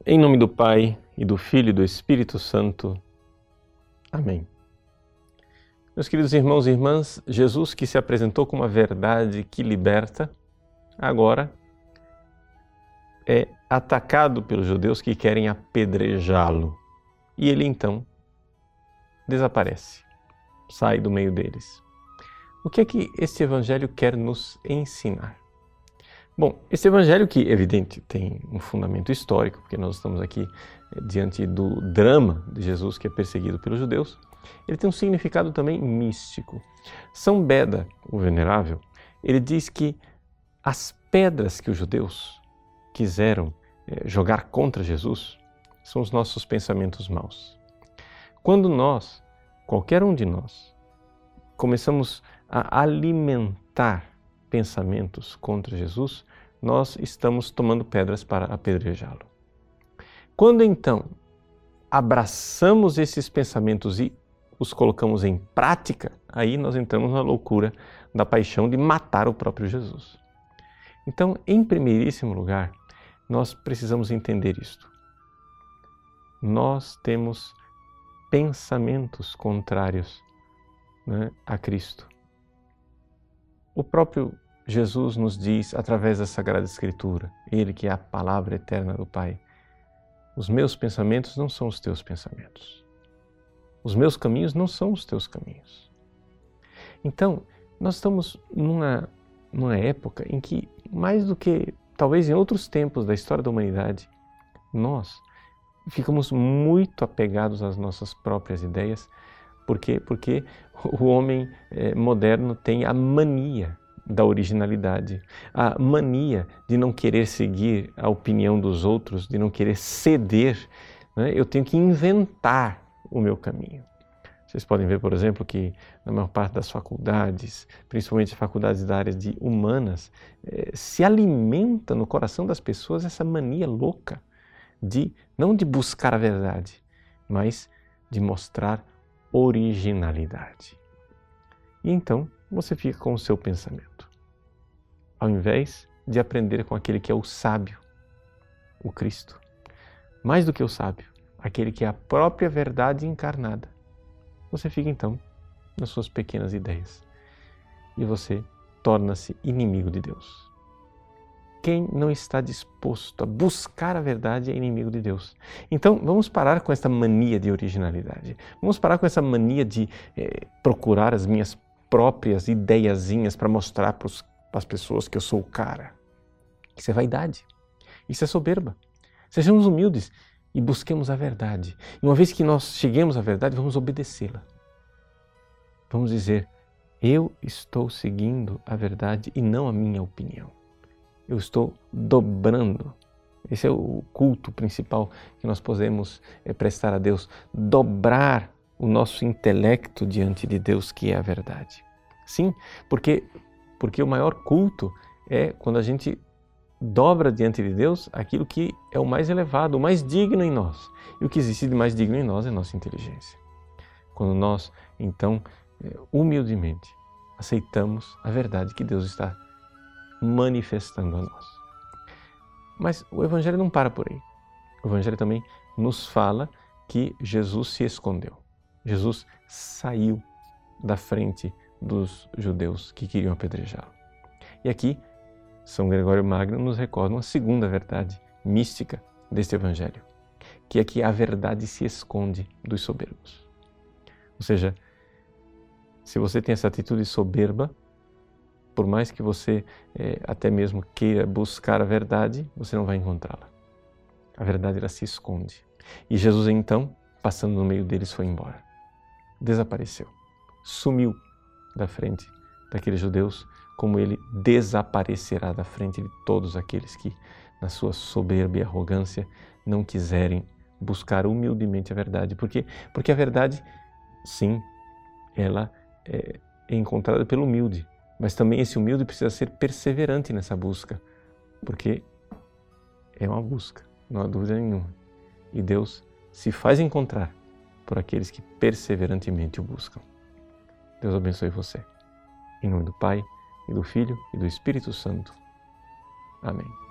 Em nome do Pai, e do Filho e do Espírito Santo. Amém. Meus queridos irmãos e irmãs, Jesus, que se apresentou como a verdade que liberta, agora é atacado pelos judeus que querem apedrejá-lo. E ele então desaparece, sai do meio deles. O que é que este Evangelho quer nos ensinar? Bom, esse Evangelho que, evidente, tem um fundamento histórico, porque nós estamos aqui diante do drama de Jesus que é perseguido pelos judeus, ele tem um significado também místico. São Beda, o Venerável, ele diz que as pedras que os judeus quiseram jogar contra Jesus são os nossos pensamentos maus. Quando nós, qualquer um de nós, começamos a alimentar pensamentos contra Jesus, nós estamos tomando pedras para apedrejá-lo. Quando então abraçamos esses pensamentos e os colocamos em prática, aí nós entramos na loucura da paixão de matar o próprio Jesus. Então, em primeiríssimo lugar, nós precisamos entender isto. Nós temos pensamentos contrários, a Cristo. O próprio Jesus nos diz, através da Sagrada Escritura, Ele que é a palavra eterna do Pai, os meus pensamentos não são os teus pensamentos. Os meus caminhos não são os teus caminhos. Então, nós estamos numa época em que, mais do que talvez em outros tempos da história da humanidade, nós ficamos muito apegados às nossas próprias ideias. Por quê? Porque o homem moderno tem a mania da originalidade, a mania de não querer seguir a opinião dos outros, de não querer ceder. Eu tenho que inventar o meu caminho. Vocês podem ver, por exemplo, que na maior parte das faculdades, principalmente faculdades da área de humanas, se alimenta no coração das pessoas essa mania louca de, não de buscar a verdade, mas de mostrar originalidade. E então você fica com o seu pensamento, ao invés de aprender com aquele que é o sábio, o Cristo. Mais do que o sábio, aquele que é a própria verdade encarnada. Você fica então nas suas pequenas ideias e você torna-se inimigo de Deus. Quem não está disposto a buscar a verdade é inimigo de Deus. Então, vamos parar com essa mania de originalidade. Vamos parar com essa mania de procurar as minhas próprias ideiazinhas para mostrar para as pessoas que eu sou o cara. Isso é vaidade. Isso é soberba. Sejamos humildes e busquemos a verdade. E uma vez que nós cheguemos à verdade, vamos obedecê-la. Vamos dizer, eu estou seguindo a verdade e não a minha opinião. Eu estou dobrando. Esse é o culto principal que nós podemos prestar a Deus. Dobrar o nosso intelecto diante de Deus, que é a verdade. Sim, porque o maior culto é quando a gente dobra diante de Deus aquilo que é o mais elevado, o mais digno em nós. E o que existe de mais digno em nós é a nossa inteligência. Quando nós, então, humildemente aceitamos a verdade que Deus está manifestando a nós. Mas o Evangelho não para por aí. O Evangelho também nos fala que Jesus se escondeu. Jesus saiu da frente dos judeus que queriam apedrejá-lo. E aqui, São Gregório Magno nos recorda uma segunda verdade mística deste Evangelho, que é que a verdade se esconde dos soberbos. Ou seja, se você tem essa atitude soberba, por mais que você até mesmo queira buscar a verdade, você não vai encontrá-la. A verdade, ela se esconde. E Jesus, então, passando no meio deles, foi embora. Desapareceu. Sumiu da frente daqueles judeus, como ele desaparecerá da frente de todos aqueles que, na sua soberba e arrogância, não quiserem buscar humildemente a verdade. Porque a verdade, sim, ela é encontrada pelo humilde. Mas também esse humilde precisa ser perseverante nessa busca, porque é uma busca, não há dúvida nenhuma. E Deus se faz encontrar por aqueles que perseverantemente o buscam. Deus abençoe você. Em nome do Pai, e do Filho, e do Espírito Santo. Amém.